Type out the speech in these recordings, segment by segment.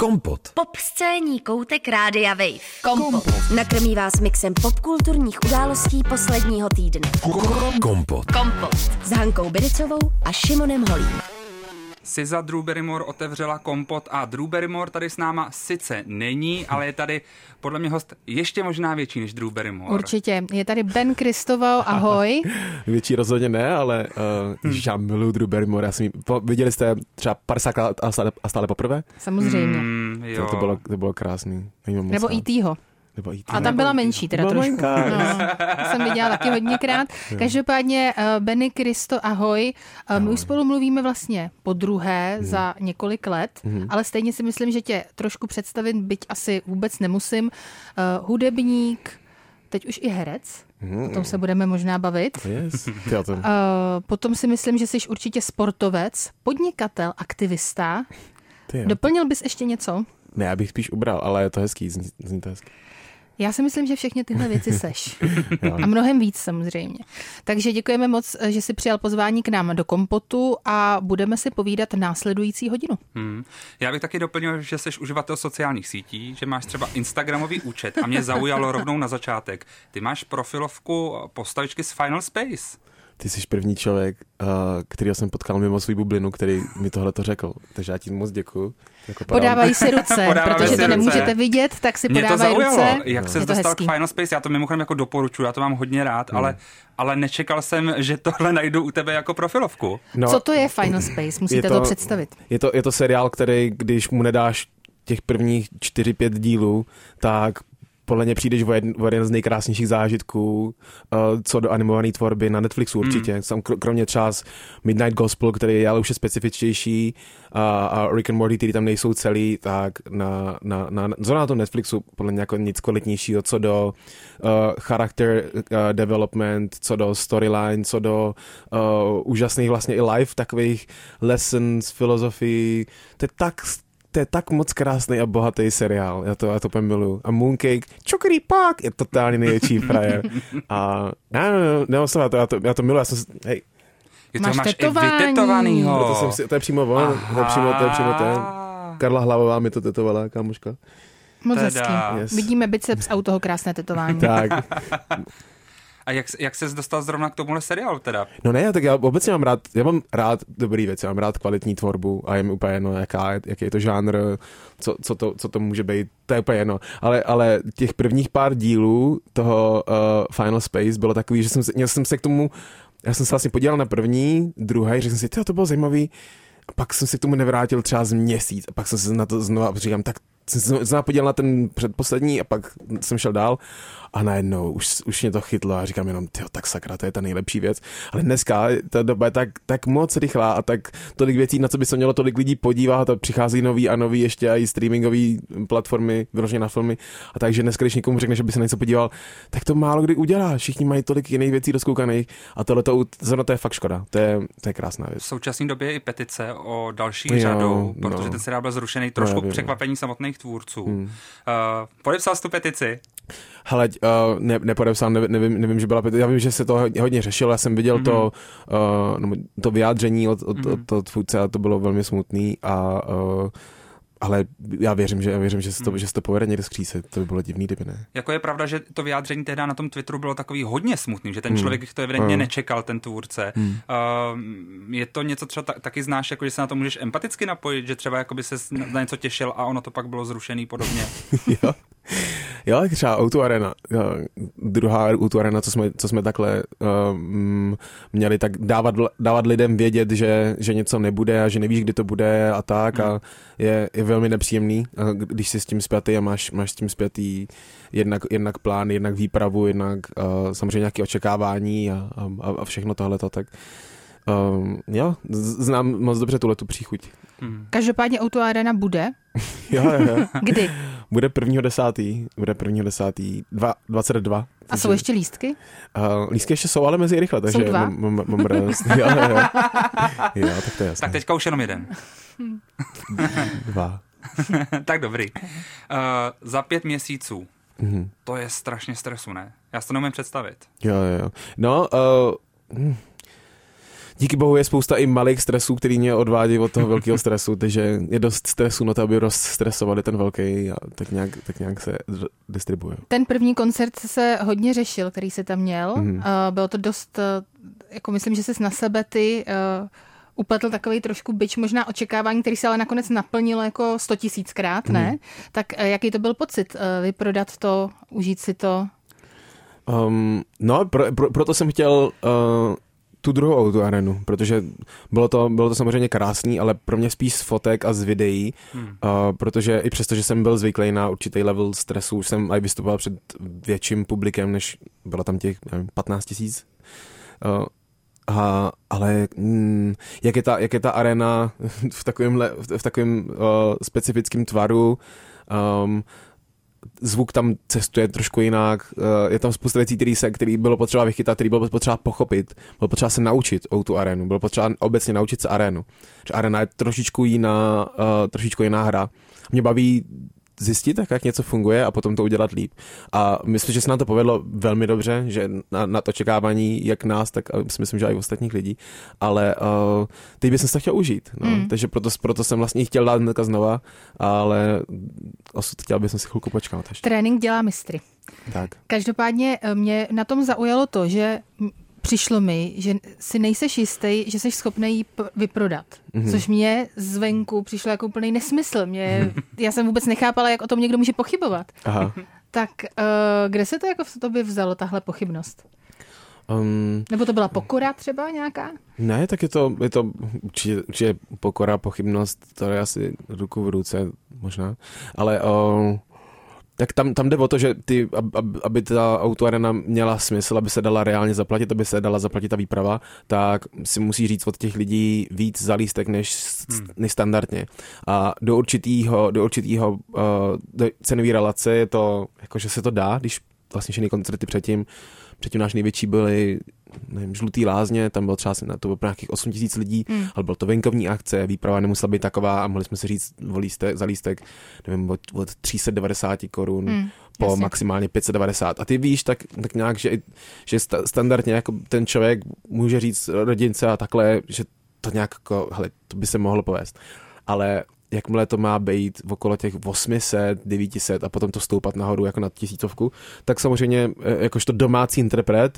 Kompot. Popscénní koutek Rádia Wave. Kompot. Nakrmí vás mixem popkulturních událostí posledního týdne. Kompot. S Hankou Bidicovou a Šimonem Holím. SZA Drew Barrymore otevřela Kompot a Drew Barrymore tady s náma sice není, ale je tady podle mě host ještě možná větší než Drew Barrymore. Určitě. Je tady Ben Kristoval, ahoj. Větší rozhodně ne, ale já miluji Drew Barrymore. Viděli jste třeba 50 let a stále poprvé? Samozřejmě. Jo. To bylo krásný. Nebo E.T.ho. A tam byla menší teda trošku. To jsem viděla taky hodněkrát. Každopádně Benny Kristo, ahoj. My už spolu mluvíme vlastně podruhé za několik let, ale stejně si myslím, že tě trošku představit, byť asi vůbec nemusím. Hudebník, teď už i herec. O tom se budeme možná bavit. Yes. Potom si myslím, že jsi určitě sportovec, podnikatel, aktivista. Doplnil bys ještě něco? Ne, já bych spíš ubral, ale je to hezký, zní to hezky. Já si myslím, že všechny tyhle věci seš. A mnohem víc samozřejmě. Takže děkujeme moc, že jsi přijal pozvání k nám do Kompotu a budeme si povídat následující hodinu. Já bych taky doplnil, že jsi uživatel sociálních sítí, že máš třeba Instagramový účet a mě zaujalo rovnou na začátek. Ty máš profilovku postavičky z Final Space. Ty jsi první člověk, kterýho jsem potkal mimo svou bublinu, který mi tohle to řekl. Takže já ti moc děkuju. Podávají si ruce, protože to nemůžete vidět, tak si podávají ruce. Jak se dostal k Final Space, já to mimochodem jako doporučuji, já to mám hodně rád, ale nečekal jsem, že tohle najdu u tebe jako profilovku. No, co to je Final Space? Musíte to představit. Je to seriál, který, když mu nedáš těch prvních 4-5 dílů, tak podle mě přijdeš o jeden z nejkrásnějších zážitků, co do animované tvorby na Netflixu určitě. Kromě třeba Midnight Gospel, který je ale už je specifičtější, a Rick and Morty, který tam nejsou celý, tak na tom Netflixu podle mě jako nic kvalitnějšího, co do character development, co do storyline, co do úžasných vlastně i life takových lessons, filozofii. To je tak moc krásný a bohatý seriál. Já to úplně miluju. A Mooncake, čokrý pak, je totálně největší frajer. A já to miluju. Hej. Máš tetování. I vytetovanýho. To je přímo on. To je přímo ten. Karla Hlavová mi to tetovala, kámoška. Moc hezký. Yes. Vidíme biceps a u toho krásné tetování. Tak. A jak ses dostal zrovna k tomuhle seriálu teda? No ne, tak já obecně mám rád dobrý věci, mám rád kvalitní tvorbu a je mi úplně jedno, jaký je to žánr, co to může být, to je úplně jedno. Ale těch prvních pár dílů toho Final Space bylo takový, že jsem se k tomu, já jsem se vlastně podíval na první, druhý, řekl jsem si, to bylo zajímavý, a pak jsem se k tomu nevrátil třeba z měsíc a pak jsem se na to znovu říkám, tak jsem se podíval na ten předposlední a pak jsem šel dál a najednou už mě to chytlo a říkám jenom, tak sakra, to je ta nejlepší věc. Ale dneska ta doba je tak moc rychlá a tak tolik věcí, na co by se mělo tolik lidí podívat a přichází nový a nový ještě i streamingové platformy, vyloženě na filmy. A takže dneska, když někomu řekne, že by se na něco podíval, tak to málo kdy udělá. Všichni mají tolik jiných věcí rozkoukaných a to je fakt škoda. To je krásná věc. V současné době je i petice o další řadu, protože ten seriál byl zrušený trošku k překvapení samotných tvůrců. Podepsal jsi tu petici? Hele, nepodepsal, nevím, že byla petice. Já vím, že se to hodně řešilo, já jsem viděl to vyjádření od tvůrce a to bylo velmi smutný ale já věřím, že se to povede někde skřísit. To by bylo divný, kdyby ne. Jako je pravda, že to vyjádření tehdy na tom Twitteru bylo takový hodně smutný, že ten člověk to evidentně nečekal, ten tvůrce. Je to něco třeba taky znáš, jako že se na to můžeš empaticky napojit, že třeba jakoby se na něco těšil a ono to pak bylo zrušený podobně. Jo, třeba O2 Arena. Druhá O2 Arena, co jsme takhle měli, tak dávat lidem vědět, že něco nebude a že nevíš, kdy to bude a tak a je velmi nepříjemný, když jsi s tím spjatý a máš s tím spjatý jednak plán, jednak výpravu, jednak samozřejmě nějaké očekávání a všechno tohleto, tak jo, znám moc dobře tuhletu příchuť. Každopádně O2 Arena bude? Jo. Kdy? Bude 1.10. 22. A jsou ještě lístky? Lístky ještě jsou, ale mezi rychle, takže mám radost. Jo, tak to je jasné. Tak teďka už jenom jeden. 2. Tak dobrý. Za 5 měsíců. To je strašně stresu, ne? Já si to neumím představit. Jo. No, díky bohu je spousta i malých stresů, který mě odvádí od toho velkého stresu, takže je dost stresu na to, aby rozstresovali ten velký a tak nějak se distribuje. Ten první koncert se hodně řešil, který se tam měl. Bylo to dost, jako myslím, že ses na sebe ty upletl takový trošku bič možná očekávání, který se ale nakonec naplnilo jako 100 000krát, ne? Tak jaký to byl pocit vyprodat to, užít si to? Proto jsem chtěl tu druhou O2 Arenu, protože bylo to samozřejmě krásný, ale pro mě spíš z fotek a z videí, protože i přesto, že jsem byl zvyklý na určitý level stresu, už jsem aj vystupoval před větším publikem, než bylo tam těch 15 000. Ale jak je ta arena v takovém specifickém tvaru, zvuk tam cestuje trošku jinak, je tam spousta věcí, který bylo potřeba vychytat, který bylo potřeba pochopit, bylo potřeba se naučit o tu arénu, bylo potřeba obecně naučit se arénu. Že arena je trošičku jiná hra. Mě baví zjistit, jak něco funguje a potom to udělat líp. A myslím, že se nám to povedlo velmi dobře, že na to očekávání jak nás, tak si myslím, že i ostatních lidí. Ale teď bych to chtěl užít. No. Takže proto jsem vlastně chtěl dát hnedka znova, ale osud chtěl bych si chvilku počkat. Trénink dělá mistry. Tak. Každopádně mě na tom zaujalo to, že přišlo mi, že si nejseš jistý, že jsi schopný ji vyprodat. Což mě zvenku přišlo jako úplný nesmysl. Já jsem vůbec nechápala, jak o tom někdo může pochybovat. Aha. Tak kde se to jako v tobě vzalo, tahle pochybnost? Nebo to byla pokora třeba nějaká? Ne, tak je to určitě pokora, pochybnost, to je asi ruku v ruce možná, ale tak tam jde o to, že aby ta autoarena měla smysl, aby se dala reálně zaplatit, aby se dala zaplatit ta výprava, tak si musí říct od těch lidí víc za lístek než standardně. A do určitýho cenové relace je to, jakože se to dá, když vlastně všechny koncerty předtím náš největší byly, nevím, Žlutý lázně, tam bylo třeba to bylo nějakých 8 000 lidí, ale bylo to venkovní akce, výprava nemusela být taková a mohli jsme si říct za lístek, nevím, od 390 korun po maximálně 590. A ty víš tak nějak, že standardně jako ten člověk může říct rodince a takhle, že to nějak jako, hele, to by se mohlo povést. Ale jakmile to má být okolo těch 800, 900 a potom to stoupat nahoru jako na 1000, tak samozřejmě jakožto domácí interpret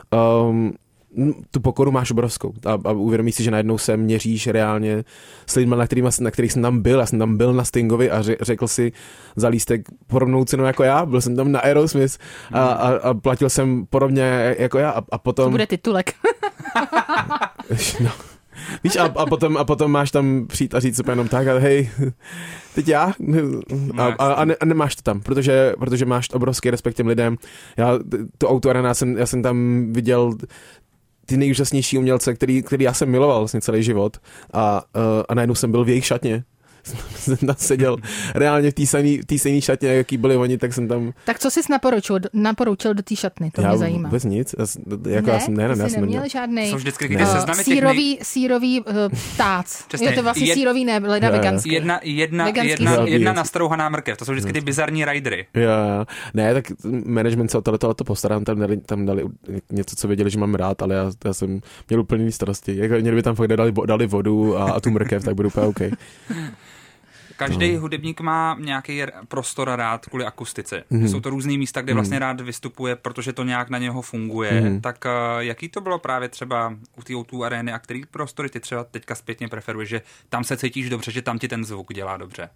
tu pokoru máš obrovskou a uvědomíš si, že najednou se měříš reálně s lidmi, na kterých jsem tam byl. Já jsem tam byl na Stingovi a řekl si za lístek podobnou cenu jako já. Byl jsem tam na Aerosmith a platil jsem podobně jako já a potom... To bude titulek. No. Víš, a potom máš tam přijít a říct úplně jenom tak a hej, teď já a nemáš to tam, protože máš obrovský respekt těm lidem. Tu autoarena, já jsem tam viděl ty nejúžasnější umělce, který já jsem miloval vlastně celý život a najednou jsem byl v jejich šatně. Jsem tam seděl reálně v té stejné šatně, jaký byli oni, tak jsem tam... Tak co jsi naporučil do té šatny, to mě zajímá. Vůbec nic. Já jsem neměl žádnej sírový ptác. Je to vlastně sírový, ne, leda veganský. Jedna nastrouhaná mrkev, to jsou vždycky ty bizarní ridery. Jo. Ne, tak management se o tohleto postarám, tam dali něco, co věděli, že mám rád, ale já jsem měl úplně starosti. Jako kdyby tam fakt dali vodu a tu mrkev, tak budu úplně OK. Každý hudebník má nějaký prostor rád kvůli akustice. Jsou to různý místa, kde vlastně rád vystupuje, protože to nějak na něho funguje. Tak jaký to bylo právě třeba u té O2 arény a který prostory ty třeba teďka zpětně preferuješ, že tam se cítíš dobře, že tam ti ten zvuk dělá dobře?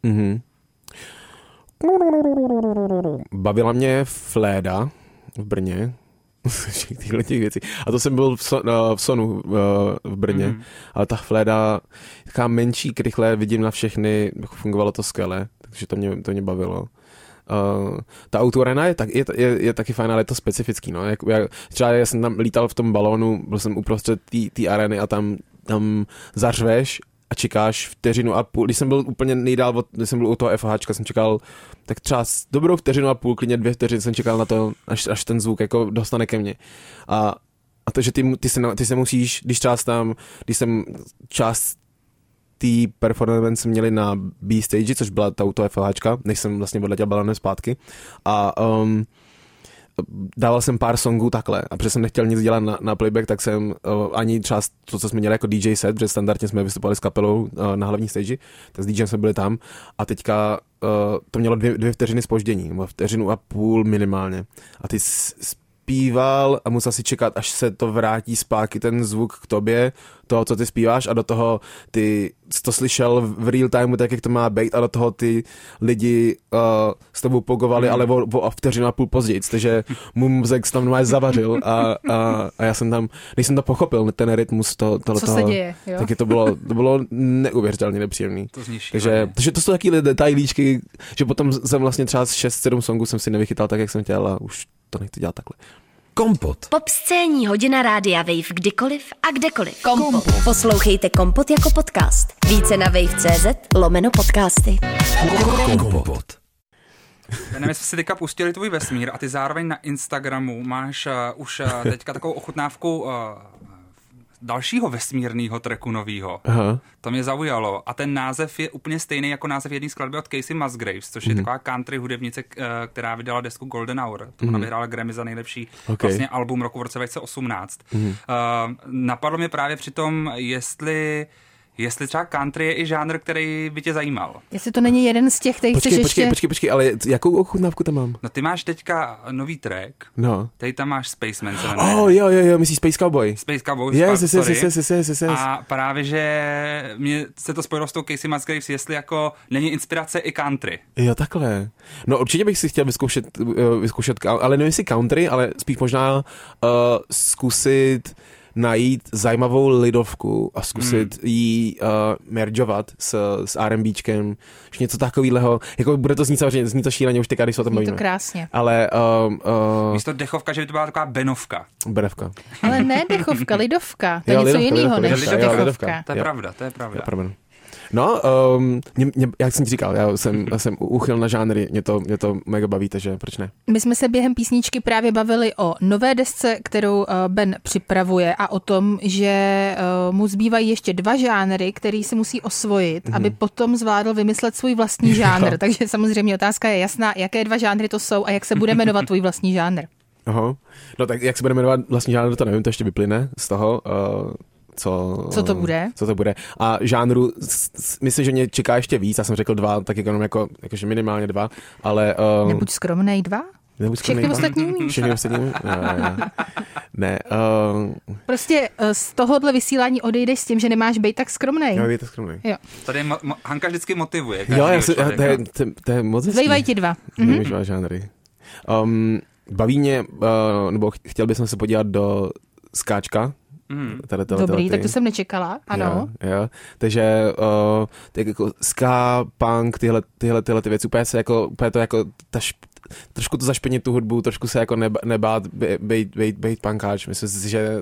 Bavila mě Fléda v Brně. Všech těch věcí. A to jsem byl v Sonu v Brně. Ale ta Fléda taká menší, rychle vidím na všechny, fungovalo to skvěle, takže to mě bavilo. Ta O2 arena je taky fajn, ale je to specifický. No. Třeba já jsem tam lítal v tom balónu, byl jsem uprostřed té arény a tam zařveš a čekáš vteřinu a půl. Když jsem byl úplně nejdál, když jsem byl u toho FHčka, jsem čekal tak třeba dobrou vteřinu a půl, klidně 2 vteřiny jsem čekal na to, až ten zvuk jako dostane ke mně. A to, že ty se musíš, když jsem část té performance měli na B stage, což byla ta FHčka, než jsem vlastně odletěl balonem zpátky. A dával jsem pár songů takhle a protože jsem nechtěl nic dělat na playback, tak jsem ani třeba to, co jsme měli jako DJ set, protože standardně jsme vystupovali s kapelou na hlavní stage, tak s DJem jsme byli tam a teďka to mělo 2 vteřiny zpoždění, nebo 1,5 vteřiny minimálně a ty zpíval a musel si čekat, až se to vrátí zpátky ten zvuk k tobě, toho, co ty zpíváš a do toho ty to slyšel v real timeu, tak jak to má být a do toho ty lidi s tebou pogovali, ale o 1,5 vteřiny později, takže můj mozek tam normálně zavařil a já jsem tam, když jsem to pochopil, ten rytmus co se děje, jo? Taky to bylo neuvěřitelně nepříjemný. Takže to jsou taky detailíčky, že potom jsem vlastně třeba 6-7 songů jsem si nevychytal tak, jak jsem chtěl a už to nechci dělat takhle. Kompot. Popscénní hodina rádia Wave kdykoliv a kdekoliv. Kompot. Poslouchejte Kompot jako podcast. Více na wave.cz/podcasty. Kompot. Já nevím, jestli si teďka pustili tvůj vesmír a ty zároveň na Instagramu máš už teďka takovou ochutnávku dalšího vesmírného tracku novýho. Aha. To mě zaujalo. A ten název je úplně stejný jako název jedné skladby od Casey Musgraves, což je taková country hudebnice, která vydala desku Golden Hour. Ona vyhrála Grammy za nejlepší vlastně album roku v roce 2018. Napadlo mě právě přitom, jestli třeba country je i žánr, který by tě zajímal. Jestli to není jeden z těch, který chceš ještě... Počkej, ale jakou ochutnávku tam mám? No ty máš teďka nový track. No. Tady tam máš Spaceman. Jo, myslíš Space Cowboy. Space Cowboy, yes. A právě, že mě se to spojilo s tou Casey Musgraves, jestli jako není inspirace i country. Jo, takhle. No určitě bych si chtěl vyzkoušet, ale nevím jestli country, ale spíš možná zkusit najít zajímavou lidovku a zkusit jí mergeovat s R&Bčkem, už něco takového, jako bude to znít samozřejmě, zní to šíleně už teďka, když se o tom bavíme. To krásně. Ale... místo dechovka, že by to byla taková benovka. Benevka. Ale ne dechovka, lidovka. To je něco jiného než dechovka. To je pravda. No, jak jsem ti říkal, já jsem uchyl na žánry, mě to mega baví, takže proč ne? My jsme se během písničky právě bavili o nové desce, kterou Ben připravuje a o tom, že mu zbývají ještě 2 žánry, který si musí osvojit, aby potom zvládl vymyslet svůj vlastní žánr. Takže samozřejmě otázka je jasná, jaké 2 žánry to jsou a jak se bude jmenovat tvůj vlastní žánr. Aha. No tak jak se bude jmenovat vlastní žánr, to nevím, to ještě vyplyne z toho. Co to bude. A žánru, myslím, že mě čeká ještě víc, já jsem řekl 2, tak jakože minimálně 2, ale... Nebuď skromnej 2? Všechny ostatní umíš. Všechny ostatní? Ne. Prostě z tohohle vysílání odejdeš s tím, že nemáš být tak skromnej. Jo, být tak skromnej. Jo. Tady Hanka vždycky motivuje. Jo, to je moc hezký. Zbývají ti 2. Nemůžu žánry. Baví mě, nebo chtěl bych se podívat do skáčka. Dobrý, tak to jsem nečekala, ano. Jo. Takže tak jako ska, punk, tyhle ty věci, úplně to jako trošku to zašpenit tu hudbu, trošku se jako nebát být punkáč. Myslím si, že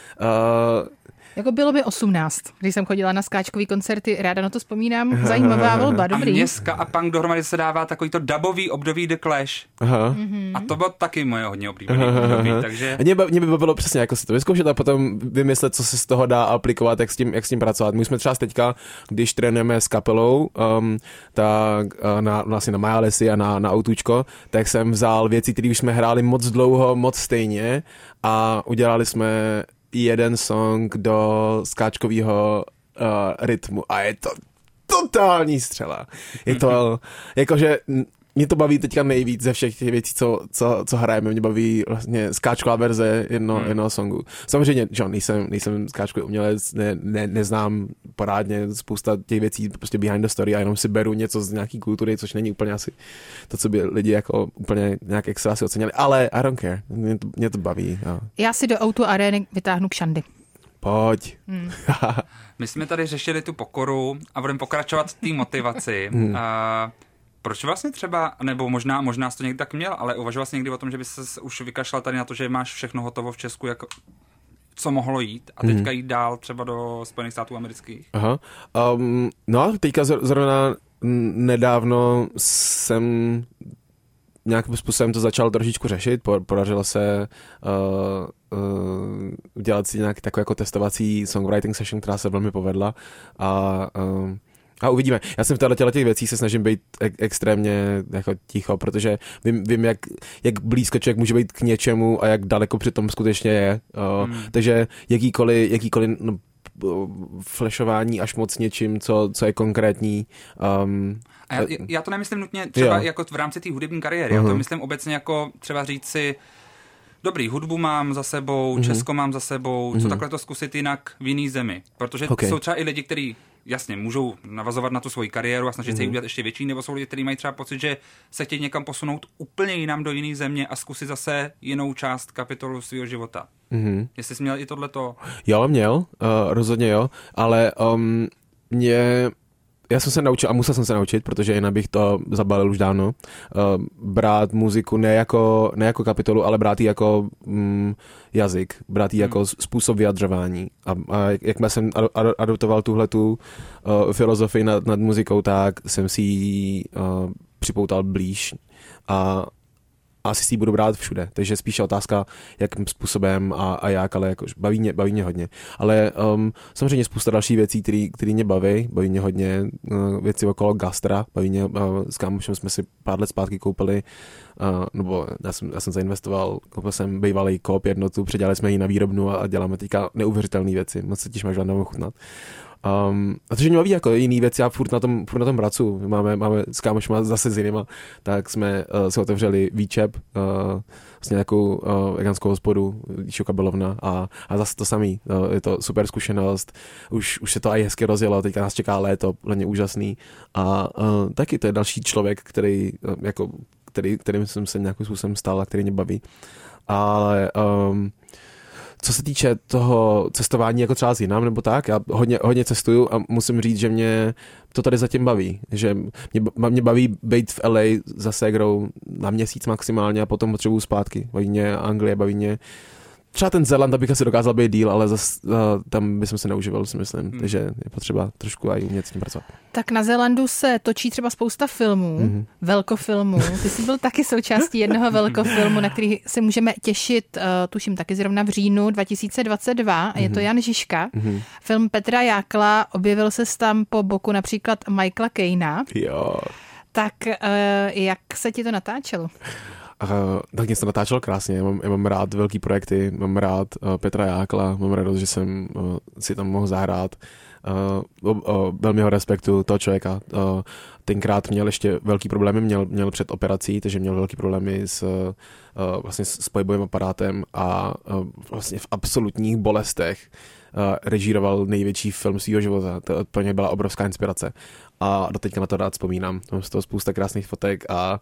jako bylo mi 18, když jsem chodila na skáčkový koncerty, ráda na to vzpomínám, zajímavá volba, dobrý. A mě ska a punk dohromady se dává takový to dubový období The Clash. Aha. A to bylo taky moje hodně oblíbené období, takže... Mě by bylo přesně jako si to vyzkoušet a potom vymyslet, co se z toho dá aplikovat, jak s tím pracovat. My jsme třeba teďka, když trénujeme s kapelou, tak vlastně na Majalesi a na autůčko, tak jsem vzal věci, které už jsme hráli moc dlouho, moc stejně a udělali jsme jeden song do skáčkového rytmu a je to totální střela. Je to, jakože mě to baví teďka nejvíc ze všech těch věcí, co hrajeme. Mě baví vlastně skáčková verze jednoho songu. Samozřejmě, že nejsem skáčkový umělec, neznám porádně spousta těch věcí prostě behind the story a jenom si beru něco z nějaký kultury, což není úplně asi to, co by lidi jako úplně nějak extra si ocenili, ale I don't care. Mě to baví. Jo. Já si do auto arény vytáhnu Kšandy. Pojď. My jsme tady řešili tu pokoru a budeme pokračovat v té motivaci. Proč vlastně třeba, nebo možná jsi to někdy tak měl, ale uvažoval jsi někdy o tom, že by se už vykašlal tady na to, že máš všechno hotovo v Česku, jako co mohlo jít a teďka jít dál třeba do Spojených států amerických? Aha. No, teďka zrovna nedávno jsem nějakým způsobem to začal trošičku řešit, podařilo se udělat si nějaký takový jako testovací songwriting session, která se velmi povedla a A uvidíme. Já jsem v těch věcí se snažím být extrémně jako ticho, protože vím jak blízko člověk může být k něčemu a jak daleko přitom skutečně je. Takže jakýkoliv flashování až moc něčím, co je konkrétní. A já to nemyslím nutně třeba jako v rámci té hudební kariéry. Já to myslím obecně jako třeba říct si, dobrý, hudbu mám za sebou, Česko mám za sebou, co takhle to zkusit jinak v jiný zemi. Protože jsou třeba i lidi, kteří jasně můžou navazovat na tu svoji kariéru a snažit se ji udělat ještě větší, nebo jsou lidi, kteří mají třeba pocit, že se chtějí někam posunout úplně jinam do jiné země a zkusit zase jinou část kapitolu svého života. Jestli jsi měl i tohleto? Jo, měl, rozhodně jo, ale já jsem se naučil a musel jsem se naučit, protože jinak bych to zabalil už dávno, brát muziku ne jako kapitolu, ale brát ji jako jazyk, brát ji jako způsob vyjadřování. A jakmile jsem adoptoval tuhletu filozofii nad muzikou, tak jsem si ji připoutal blíž a asi si ji budu brát všude. Takže spíše otázka, jakým způsobem a jak, ale jako baví mě hodně. Ale samozřejmě spousta dalších věcí, které mě baví mě hodně věci okolo gastra, baví mě, s kámošem jsme si pár let zpátky koupili, nebo já jsem zainvestoval, koupil jsem bývalý Coop jednotu, předělali jsme ji na výrobnu a děláme teďka neuvěřitelné věci. Moc se těším, až vám dám ochutnat. A to, že mě baví jako jiný věci, já furt na tom pracuji. Máme s kámošma zase s jinýma, tak jsme si otevřeli Výčep, vlastně nějakou veganskou hospodu, Kabelovna a zase to samý. Je to super zkušenost, už se to aj hezky rozjelo, teďka nás čeká léto, plně úžasný a taky to je další člověk, kterým jsem se nějakým způsobem stal a který mě baví. Ale co se týče toho cestování jako třeba s jinam nebo tak, já hodně cestuju a musím říct, že mě to tady zatím baví. Že mě baví být v LA za ségrou na měsíc maximálně a potom potřebuju zpátky. Baví mě Anglie, baví mě třeba ten Zéland, abych asi dokázal být díl, ale tam bych se neužíval, si myslím. Takže je potřeba trošku aj umět s tím pracovat. Tak na Zélandu se točí třeba spousta filmů, velkofilmů. Ty jsi byl taky součástí jednoho velkofilmu, na který se můžeme těšit, tuším taky zrovna v říjnu 2022. Je to Jan Žižka. Film Petra Jákla, objevil se tam po boku například Michaela Caina. Jo. Tak jak se ti to natáčelo? Tak mě se natáčelo krásně, já mám rád velký projekty, mám rád Petra Jákla, mám radost, že jsem si tam mohl zahrát. Velmi ho respektuju, toho člověka. Tenkrát měl ještě velký problémy, měl před operací, takže měl velký problémy s pohybovým aparátem a vlastně v absolutních bolestech režíroval největší film svýho života. To pro něj byla obrovská inspirace. A doteďka na to rád vzpomínám. Mám z toho spousta krásných fotek a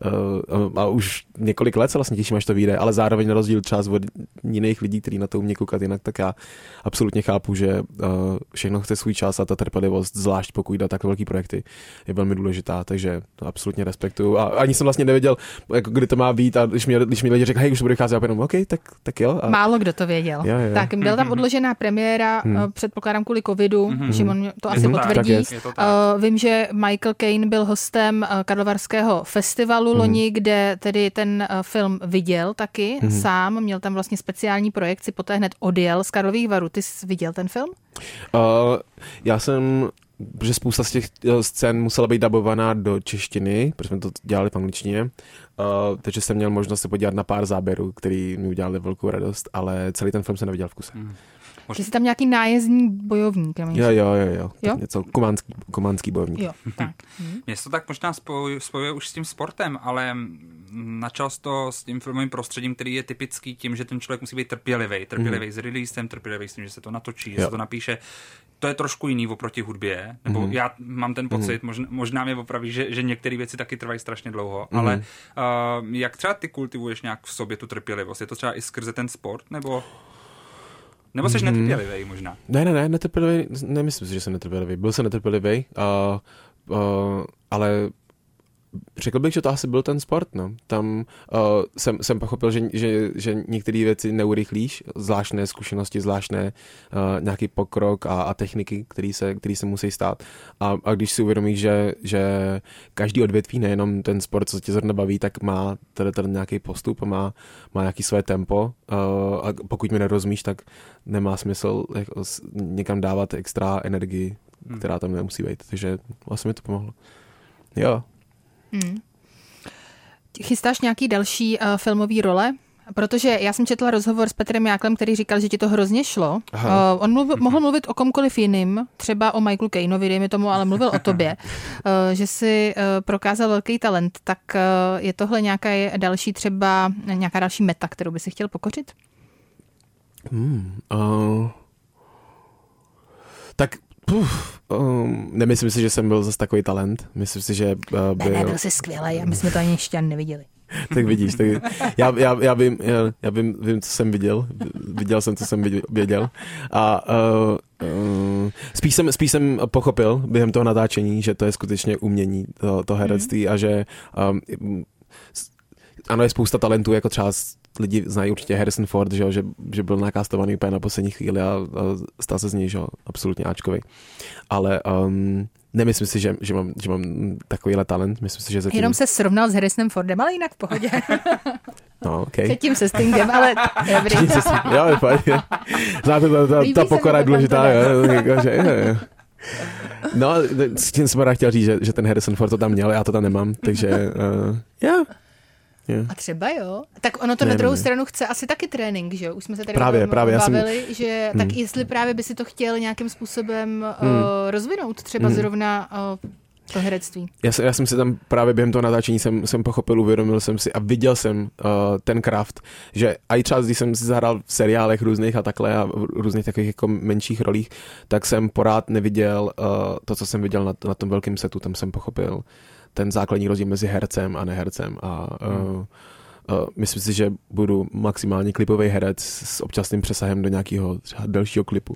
už několik let se vlastně těším, až to vyjde, ale zároveň na rozdíl třeba od jiných lidí, kteří na to umějí koukat jinak, tak já absolutně chápu, že všechno chce svůj čas a ta trpělivost, zvlášť pokud jde tak velký projekty, je velmi důležitá, takže to absolutně respektuju. A ani jsem vlastně nevěděl, jako kdy to má být a když mi lidi řekli, hej, už to bude vycházet, a jenom OK, tak jo. A málo kdo to věděl. Jo. Tak byla tam odložená premiéra, předpokládám kvůli covidu, Šimon to asi potvrdí. Vím, že Michael Caine byl hostem Karlovarského festivalu loni, kde tedy ten film viděl taky sám. Měl tam vlastně speciální projekt, si poté hned odjel z Karlových Varů. Ty jsi viděl ten film? Já jsem, protože spousta z těch scén musela být dabovaná do češtiny, protože jsme to dělali v angličtině, takže jsem měl možnost se podívat na pár záběrů, který mi udělali velkou radost, ale celý ten film jsem neviděl v kuse. Že jsi tam nějaký nájezdní bojovník? Jo. Něco kománský bojovník. Jo, tak. Mě se to tak možná spojuje už s tím sportem, ale načal to s tím filmovým prostředím, který je typický tím, že ten člověk musí být trpělivý s releasem, trpělivý s tím, že se to natočí, že se to napíše. To je trošku jiný oproti hudbě, nebo já mám ten pocit, možná mě opraví, že některé věci taky trvají strašně dlouho, ale jak třeba ty kultivuješ nějak v sobě tu trpělivost? Je to třeba i skrze ten sport, nebo jsi netrpělivý možná? Ne, netrpělivý, nemyslím si, že jsem netrpělivý. Byl jsem netrpělivý, ale řekl bych, že to asi byl ten sport, no. Tam jsem pochopil, že některé věci neurychlíš, zvláštné zkušenosti, zvláštné nějaký pokrok a techniky, který se musí stát. A když si uvědomíš, že každý odvětví, nejenom ten sport, co tě zrovna baví, tak má ten nějaký postup, má nějaký své tempo a pokud mi nerozumíš, tak nemá smysl někam dávat extra energii která tam nemusí být. Takže vlastně mi to pomohlo. Jo. Chystáš nějaký další filmový role? Protože já jsem četla rozhovor s Petrem Jáklem, který říkal, že ti to hrozně šlo. On mohl mluvit o komkoliv jiným, třeba o Michaelu Caineovi, dejme tomu, ale mluvil o tobě, že si prokázal velký talent. Tak je tohle nějaká další meta, kterou by si chtěl pokořit? Tak nemyslím si, že jsem byl zase takový talent. Myslím si, že byl jsi skvělý a my jsme to ani ještě neviděli. Tak vidíš, tak já vím, co jsem viděl. Viděl jsem, co jsem věděl. A spíš jsem pochopil během toho natáčení, že to je skutečně umění, to herectví a že ano, je spousta talentů, jako třeba lidi znají určitě Harrison Ford, že byl nakástovaný úplně na poslední chvíli a stal se z něj, že absolutně áčkovej. Ale nemyslím si, že mám takovýhle talent. Myslím si, že zatím... Jenom se srovnal s Harrisonem Fordem, ale jinak v pohodě. No, okay. Předtím se Stingem, ale dobrý. Jo, je fajn. Znáte, ta pokora je důležitá. No, s tím jsem chtěl říct, že ten Harrison Ford to tam měl, já to tam nemám, takže yeah. A třeba jo. Tak ono to na druhou stranu chce asi taky trénink, že jo? Už jsme se tady právě, bavili, že tak jestli právě by si to chtěl nějakým způsobem rozvinout, třeba zrovna to herectví. Já jsem si tam právě během toho natáčení jsem pochopil, uvědomil jsem si a viděl jsem ten craft, že i třeba když jsem si zahrál v seriálech různých a takhle a v různých takových jako menších rolích, tak jsem pořád neviděl to, co jsem viděl na tom velkém setu, tam jsem pochopil ten základní rozdíl mezi hercem a nehercem a myslím si, že budu maximálně klipový herec s občasným přesahem do nějakého třeba delšího klipu.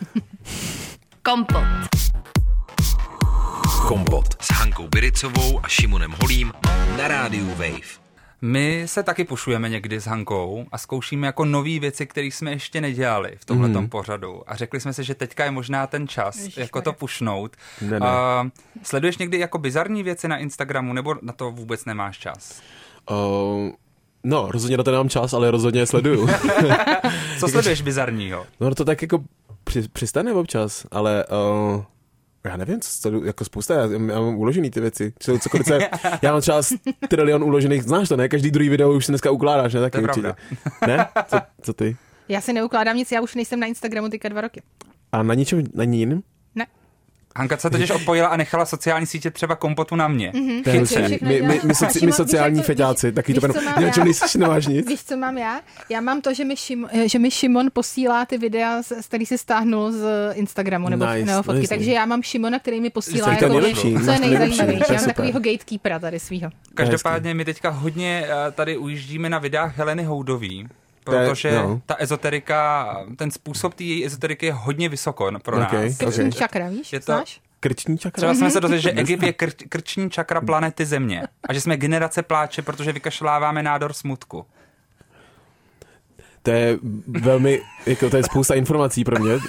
Kompot s Hankou Biricovou a Šimonem Holím na rádiu Wave. My se taky pušujeme někdy s Hankou a zkoušíme jako nový věci, které jsme ještě nedělali v tomhletom pořadu. A řekli jsme si, že teďka je možná ten čas jako to pušnout. Ne. Sleduješ někdy jako bizarní věci na Instagramu, nebo na to vůbec nemáš čas? No, rozhodně na to nemám čas, ale rozhodně sleduju. Co sleduješ bizarního? No to tak jako přistane občas, ale... Já nevím, co jako spousta, já mám uložený ty věci. Já mám třeba trilion uložených, znáš to, ne? Každý druhý video už si dneska ukládáš, ne? Taky to je určitě. Pravda. Ne? Co ty? Já si neukládám nic, já už nejsem na Instagramu teďka 2 roky. A na ničem, na jiným? Ne. Hanka se totiž odpojila a nechala sociální sítě třeba Kompotu na mě. My sociální feťáci, taky to na čem nejsi, nemáš nic. Víš, co mám já? Já mám to, že mi Šimon posílá ty videa, který si stáhnul z Instagramu nebo fotky. Takže já mám Šimona, který mi posílá jako co je nejzajímavější. Já mám takovýho gatekeepera tady svýho. Každopádně my teďka hodně tady ujíždíme na videách Heleny Houdový. Protože ta ezoterika, ten způsob té její ezoteriky je hodně vysoko pro nás. Krční čakra, víš? Znáš? Krční čakra? Třeba jsme se dozvěděli, že Egypt je krční čakra planety Země a že jsme generace pláče, protože vykašláváme nádor smutku. To je velmi, jako to je spousta informací pro mě.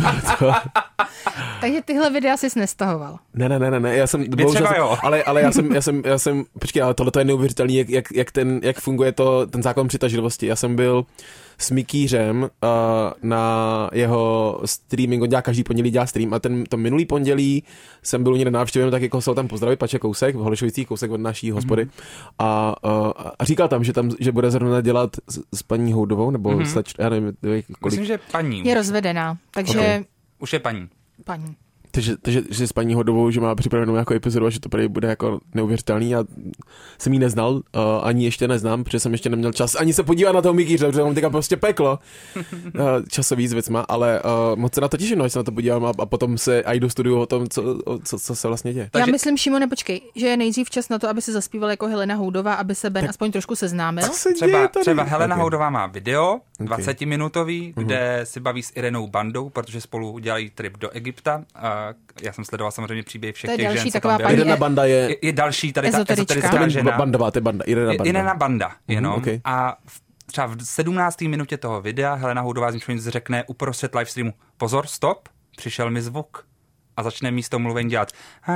Takže tyhle videa jsi nestahoval. Ne, já jsem, ale já jsem, počkej, ale tohle je neuvěřitelný, jak funguje ten zákon přitažlivosti. Já jsem byl s Mikýřem na jeho streaming, on dělá každý pondělí stream a to minulý pondělí jsem byl u něj na návštěvě, tak jako se tam pozdravit, pače kousek, v Holešovicích kousek od naší hospody a říkal tam, že bude zrovna dělat s paní Houdovou, nebo já nevím, kolik. Myslím, že paní. Je rozvedená, takže... Okay. Už je paní. Takže s paní Hodovou, že má připravenou jako epizodu a že to tady bude jako neuvěřitelný. Já jsem ji neznal, ani ještě neznám, protože jsem ještě neměl čas ani se podívat na toho Mikýře, protože mám teďka prostě peklo časový s věcma, ale moc se na to těším, až se na to podívám a potom se aj do studiu o tom, co se vlastně děje. Já myslím, Šimone, počkej, že je nejdřív čas na to, aby se zaspíval jako Helena Houdová, aby se Ben aspoň trošku seznámil. Třeba Helena Houdová má video, 20-minutový, kde si baví s Irenou Bandou, protože spolu dělají trip do Egypta. Já jsem sledoval samozřejmě příběh všech těch žen, co tam byly. Irena Banda je další tady ta ezoterická žena. Bandová, to je Banda. Irena Banda, jenom. Okay. A třeba v 17. minutě toho videa Helena Houdová z ničeho nic řekne uprostřed livestreamu: pozor, stop, přišel mi zvuk. A začne místo mluvení dělat.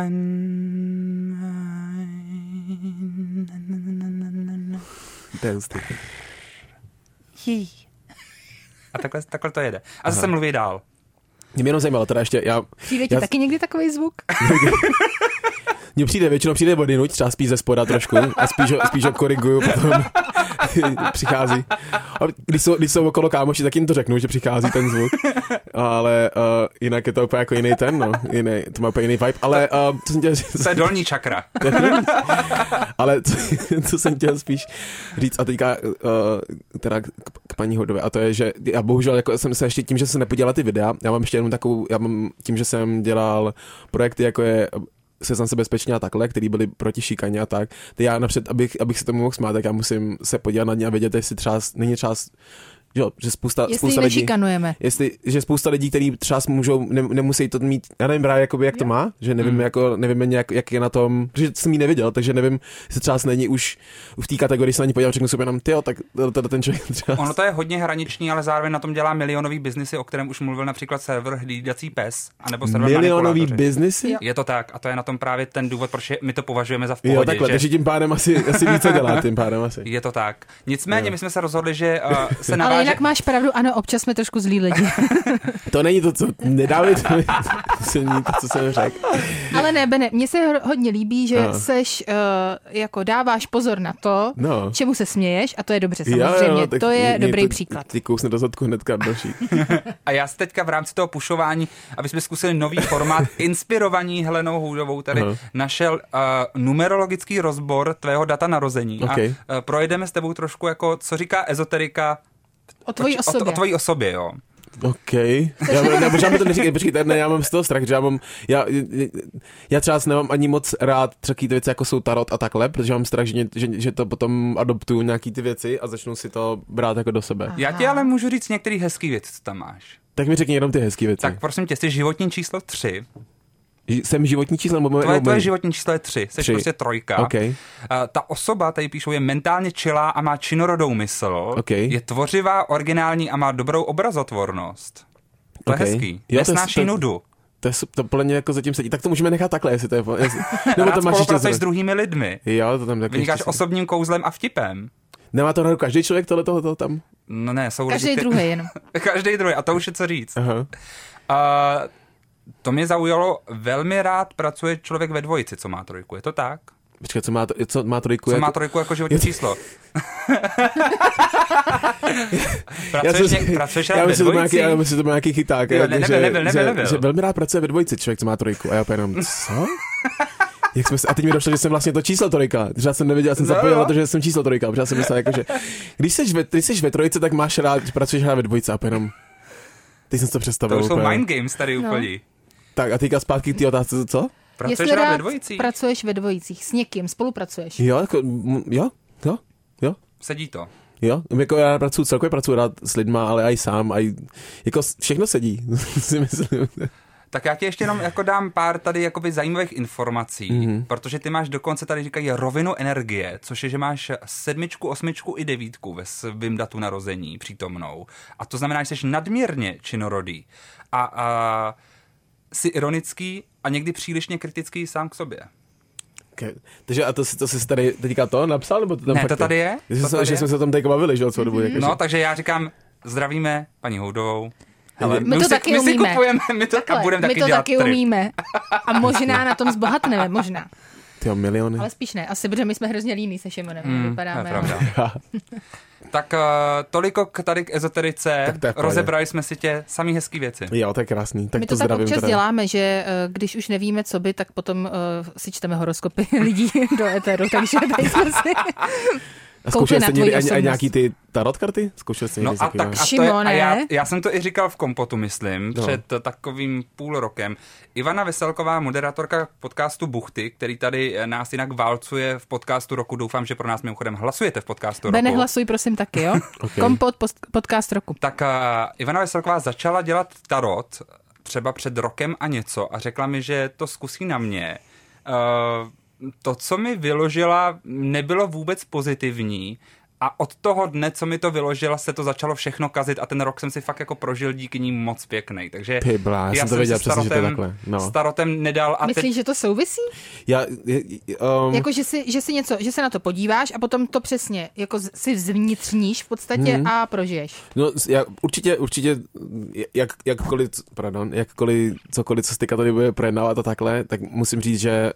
To je hustý. A takhle to jede. A zase mluví dál. Mě jenom zajímalo, teda ještě Přijde ti taky někdy takový zvuk? Mně většinou přijde odjinuť, třeba spíš ze spoda trošku a spíš ho koriguju potom. Přichází. A když jsou okolo kámoši, tak jim to řeknu, že přichází ten zvuk. Ale jinak je to úplně jako jiný to má úplně jiný vibe. Ale co jsem chtěl říct... To je dolní čakra. Ale co jsem chtěl spíš říct, a teďka teda k paní Hodové, a to je, že já bohužel jako jsem se ještě tím, že jsem nepodíval ty videa, já mám ještě jenom takovou, tím, že jsem dělal projekty, jako je Seznam se bezpečně a takhle, který byly proti šikaně a tak já napřed, abych se tomu mohl smát, tak já musím se podívat na ně a vědět, jestli třeba není třeba, že spousta lidí, že spousta lidí, kteří třeba můžou, nemusí to mít, já nevím právě, jakoby, jak to má, že nevím, nevím jak je na tom, protože jsem ji neviděl, takže nevím, jestli třeba není už v té kategorii, se na ní podívám, řeknu si jenom, tak ten člověk třeba... Ono to je hodně hraniční, ale zároveň na tom dělá milionový biznisy, o kterém už mluvil například server Hlídací pes, anebo server milionový biznisy? Je to tak a to je na tom právě ten důvod, proč my to považujeme za v pohodě. Jo, takhle, takže tím pádem asi více dělá, tím pádem asi. Je to tak. Nicméně my jsme se rozhodli, že se naváže... Ale jinak máš pravdu, ano, občas jsme trošku zlí lidi. To není to, co nedávej to není to, co jsem řekl. Ale ne, Bene, mně se hodně líbí, že seš, jako dáváš pozor na to, čemu se směješ, a to je dobře, samozřejmě. To je dobrý příklad. Ty kousne do zadku hnedka další. A já se teďka v rámci toho pušování, aby jsme zkusili nový formát, inspirovaní Helenou Houdovou, tady našel numerologický rozbor tvého data narození. Okay. A projedeme s tebou trošku, jako, co říká ezoterika o tvojí osobě, jo. OK. Možná mi to neříkej, počkejte, ne, já mám z toho strach, že já třeba nemám ani moc rád takový ty věci, jako jsou tarot a takhle, protože mám strach, že to potom adoptuju nějaký ty věci a začnu si to brát jako do sebe. Aha. Já ti ale můžu říct některý hezký věci, co tam máš. Tak mi řekni jenom ty hezký věci. Tak prosím tě, jsi životní číslo 3. Jsem životní číslo? Tvoje životní číslo je 3. Jsi prostě 3. Okay. Ta osoba, tady píšou, je mentálně čilá a má činorodou mysl. Okay. Je tvořivá, originální a má dobrou obrazotvornost. To je hezký. Nesnáší nudu. To podle mě jako zatím sedí. Tak to můžeme nechat takhle, jestli to je... Rád spolupracuješ s druhými lidmi. Jo, to tam taky. Vynikáš osobním kouzlem a vtipem. Nemá to každý člověk tohle tam? No ne, jsou každý druhý jenom. Každý druhý, a to už je co říct. To mě zaujalo, velmi rád pracuje člověk ve dvojici, co má 3. Je to tak? Počkej, co má 3? Co má 3 jako životní číslo? Pracuješ rád ve dvojici? Já myslím, že to byl nějaký chyták. Nebyl. Že velmi rád pracuje ve dvojici člověk, co má 3. A já jenom, co? A teď mi došlo, že jsem vlastně to číslo 3. Já jsem nevěděl, jsem zapojil na to, že jsem číslo 3. Protože já jsem myslel, jako, že když jsi ve 3, tak máš rád, že pracuješ rád ve dvojici. A jenom, teď jsem to představil. To jsou mind games tady úplně. Tak a teďka zpátky k té otázce, co? Pracuješ rád ve dvojicích? Pracuješ ve dvojicích, s někým, spolupracuješ. Jo. Sedí to. Jo, jako já celkově pracuji rád s lidma, ale i sám, jako všechno sedí, si myslím. Tak já ti ještě jenom jako dám pár tady jakoby zajímavých informací, protože ty máš dokonce, tady říkají, rovinu energie, což je, že máš 7, 8 i 9 ve svým datu narození přítomnou. A to znamená, že jsi nadměrně činorodý. A jsi ironický a někdy přílišně kritický sám k sobě. Okay. Takže a to jsi tady teďka to napsal? Nebo to tam ne, fakt to tady je. Že jsme se o tom teď bavili, že o co dobu. No, takže já říkám, zdravíme paní Houdovou. Ale my to taky umíme. My to taky umíme. A možná na tom zbohatneme, možná. Tyjo, miliony. Ale spíš ne, asi, protože my jsme hrozně líní se Šimonem, vypadáme. Tak toliko tady k ezoterice, rozebrali jsme si tě samý hezký věci. Jo, to je krásný. Tak my to tak občas děláme, že když už nevíme, co by, tak potom si čteme horoskopy lidí do éteru, takže tady jsme si... A zkoušeli jste někdy nějaký ty tarot karty? Zkoušeli jste někdy já jsem to i říkal v Kompotu, myslím, před takovým půl rokem. Ivana Veselková, moderátorka podcastu Buchty, který tady nás jinak válcuje v podcastu roku. Doufám, že pro nás mimochodem hlasujete v podcastu roku. Bene, hlasuj prosím taky, jo? Okay. Kompot, podcast roku. Tak Ivana Veselková začala dělat tarot třeba před rokem a něco a řekla mi, že to zkusí na mě. To, co mi vyložila, nebylo vůbec pozitivní A od toho dne, co mi to vyložila, se to začalo všechno kazit a ten rok jsem si fakt jako prožil díky ní moc pěkný. Takže já jsem to věděl přesně, že to je takhle. Starotem nedal. A myslíš, že to souvisí? Jako, že si něco, že se na to podíváš a potom to přesně jako si zvnitřníš v podstatě a prožiješ. No, určitě jakkoliv cokoliv, co styka tady bude projednávat a takhle, tak musím říct, že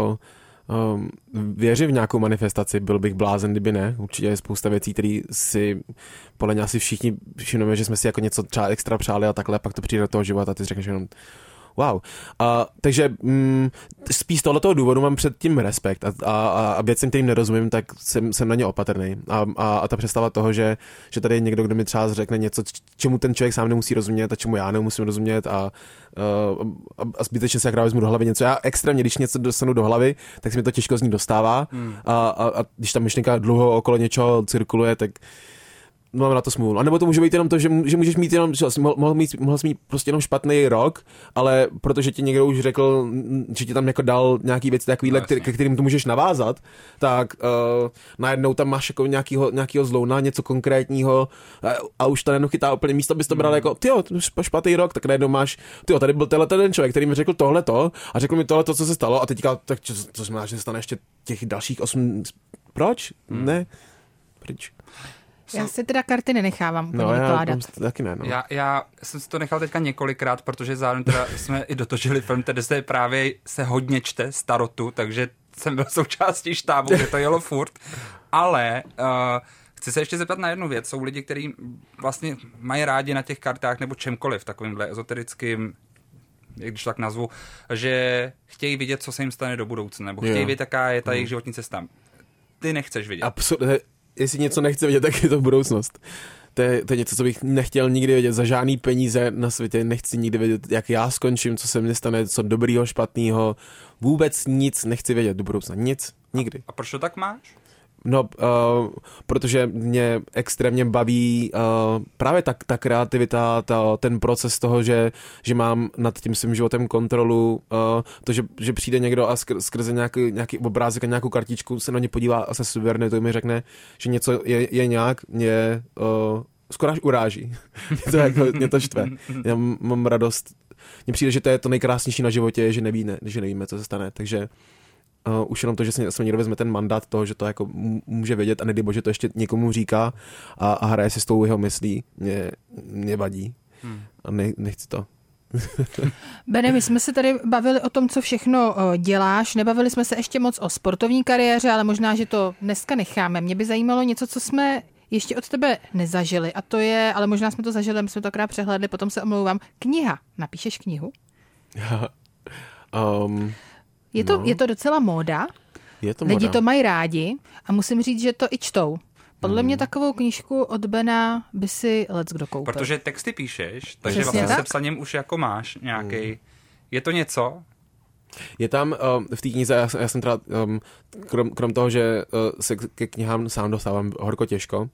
věřím v nějakou manifestaci, byl bych blázen, kdyby ne. Určitě je spousta věcí, které si podle mě asi všichni všimneme, že jsme si jako něco třeba extra přáli a takhle, a pak to přijde do toho života a ty řekneš jenom wow. Takže spíš z tohoto důvodu mám před tím respekt a věcem, kterým nerozumím, tak jsem na ně opatrný. A ta představa toho, že tady je někdo, kdo mi třeba řekne něco, čemu ten člověk sám nemusí rozumět a čemu já nemusím rozumět a zbytečně se jak vezmu do hlavy něco. Já extrémně, když něco dostanu do hlavy, tak se mi to těžko z ní dostává a když ta myšlenka dlouho okolo něčeho cirkuluje, tak mám na to smůlu. A nebo to může být jenom to, že můžeš mít jenom, mohl jsi mít prostě jenom špatný rok, ale protože ti někdo už řekl, že ti tam jako dal nějaký věci takovýhle, ke kterým to můžeš navázat, tak najednou tam máš jako nějakýho zlouna, něco konkrétního a už to najednou chytá úplně místo, bys to bral jako, tyjo, špatný rok, tak najednou máš, tyjo, tady byl ten člověk, který mi řekl tohleto a řekl mi tohleto, co se stalo a teďka, tak co znamená, že se stane ještě těch dalších 8, proč? Ne, pryč. Já si teda karty nenechávám úplně vykládat. Taky ne, no. Já jsem si to nechal teďka několikrát, protože zároveň teda jsme i dotočili film, kde se právě se hodně čte starotu, takže jsem byl součástí štábu, kde to jelo furt. Ale chci se ještě zeptat na jednu věc. Jsou lidi, kteří vlastně mají rádi na těch kartách nebo čemkoliv takovýmhle ezoterickým, když tak nazvu, že chtějí vidět, co se jim stane do budoucna, nebo chtějí vidět, jaká je ta jejich životní cesta. Ty nechceš vidět. Absolutně. Jestli něco nechci vidět, tak je to budoucnost. To je něco, co bych nechtěl nikdy vědět. Za žádný peníze na světě nechci nikdy vědět, jak já skončím, co se mně stane, co dobrýho, špatného. Vůbec nic nechci vědět do budoucna. Nic. Nikdy. A proč to tak máš? No, protože mě extrémně baví právě ta kreativita, ten proces toho, že mám nad tím svým životem kontrolu, to, že přijde někdo a skrze nějaký obrázek a nějakou kartičku se na ně podívá a se suverenitou mi řekne, že něco je nějak, mě skoro až uráží. mě to štve. Já mám radost. Mně přijde, že to je to nejkrásnější na životě, že nevíme, co se stane, takže už jenom to, že se někdo vezme ten mandát toho, že to jako může vědět a nedej bože to ještě někomu říká a hraje si s tou jeho myslí, mě vadí a nechci to. Bene, my jsme se tady bavili o tom, co všechno děláš, nebavili jsme se ještě moc o sportovní kariéře, ale možná, že to dneska necháme. Mě by zajímalo něco, co jsme ještě od tebe nezažili a to je, ale možná jsme to zažili, my jsme to akorát přehlédli, potom se omlouvám, kniha. Napíšeš knihu? Je to docela móda, lidi to mají rádi a musím říct, že to i čtou. Podle mě takovou knížku od Bena by si kdo koupil. Protože texty píšeš, takže vlastně se psaním už jako máš nějaký. Je to něco? Je tam v té knize, já jsem teda, krom toho, že se ke knihám sám dostávám horko těžko,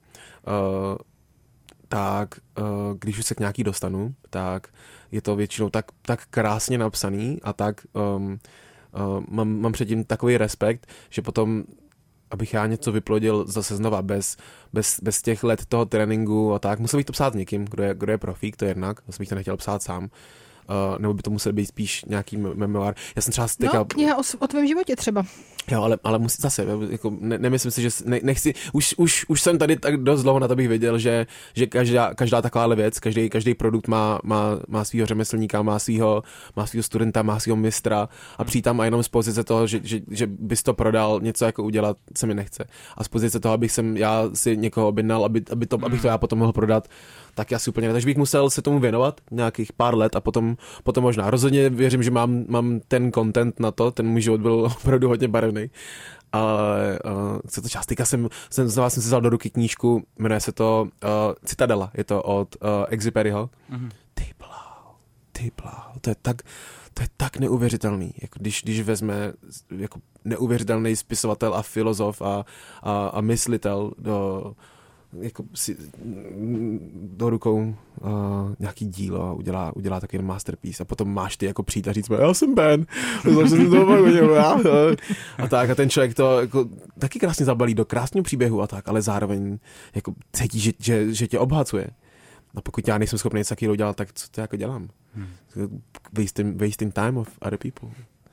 tak když už se k nějaký dostanu, tak je to většinou tak krásně napsaný a tak mám předtím takový respekt, že potom, abych já něco vyplodil zase znova bez těch let toho tréninku a tak, musel bych to psát někým, kdo je profík, to je jednak, zase bych to nechtěl psát sám. Nebo by to musel být spíš nějaký memoár. Já jsem třeba kniha o tvém životě třeba. Jo, ale musí zase, jako nemyslím si, že nechci, už jsem tady tak dost dlouho na to bych věděl, že každá takováhle věc, každý produkt má svýho řemeslníka, má svýho studenta, má svýho mistra a přijít tam a jenom z pozice toho, že bys to prodal, něco jako udělat, se mi nechce. A z pozice toho, abych já si někoho objednal, abych to já potom mohl prodat, tak já si úplně ne. Takže bych musel se tomu věnovat nějakých pár let a potom možná. Rozhodně věřím, že mám ten content na to, ten můj život byl opravdu hodně barevný. Ale co to část týká, jsem si vzal do ruky knížku, jmenuje se to Citadela, je to od Exuperyho. Ty bláho, to je tak neuvěřitelný, jako když vezme jako neuvěřitelný spisovatel a filozof a myslitel jako si do rukou nějaký dílo a udělá takový masterpiece a potom máš ty jako přijít a říct, já jsem Ben, a tak a ten člověk to jako taky krásně zabalí do krásného příběhu a tak, ale zároveň jako cítí, že tě obhacuje. A pokud já nejsem schopný něco takového udělat, tak co to jako dělám? Wasting time of other people.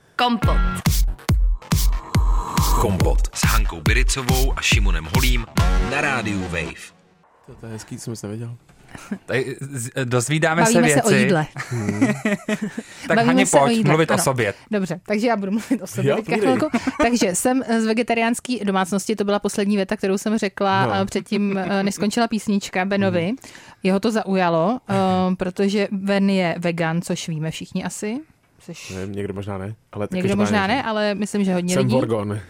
Kompot s Hankou Biricovou a Šimonem Holím na rádiu Wave. To je hezký, jsem moc nevěděl. Dozvídáme se věci. Bavíme se o jídle. Tak Haně, pojď mluvit o sobě. Dobře, takže já budu mluvit o sobě teďka chvilku. Takže jsem z vegetariánské domácnosti, to byla poslední věta, kterou jsem řekla předtím, než skončila písnička Benovi. Jeho to zaujalo, protože Ben je vegan, což víme všichni asi. Nevím, někdo možná ne. Někdo možná ne, ale myslím, že hodně lidí. Jsem Vorgon.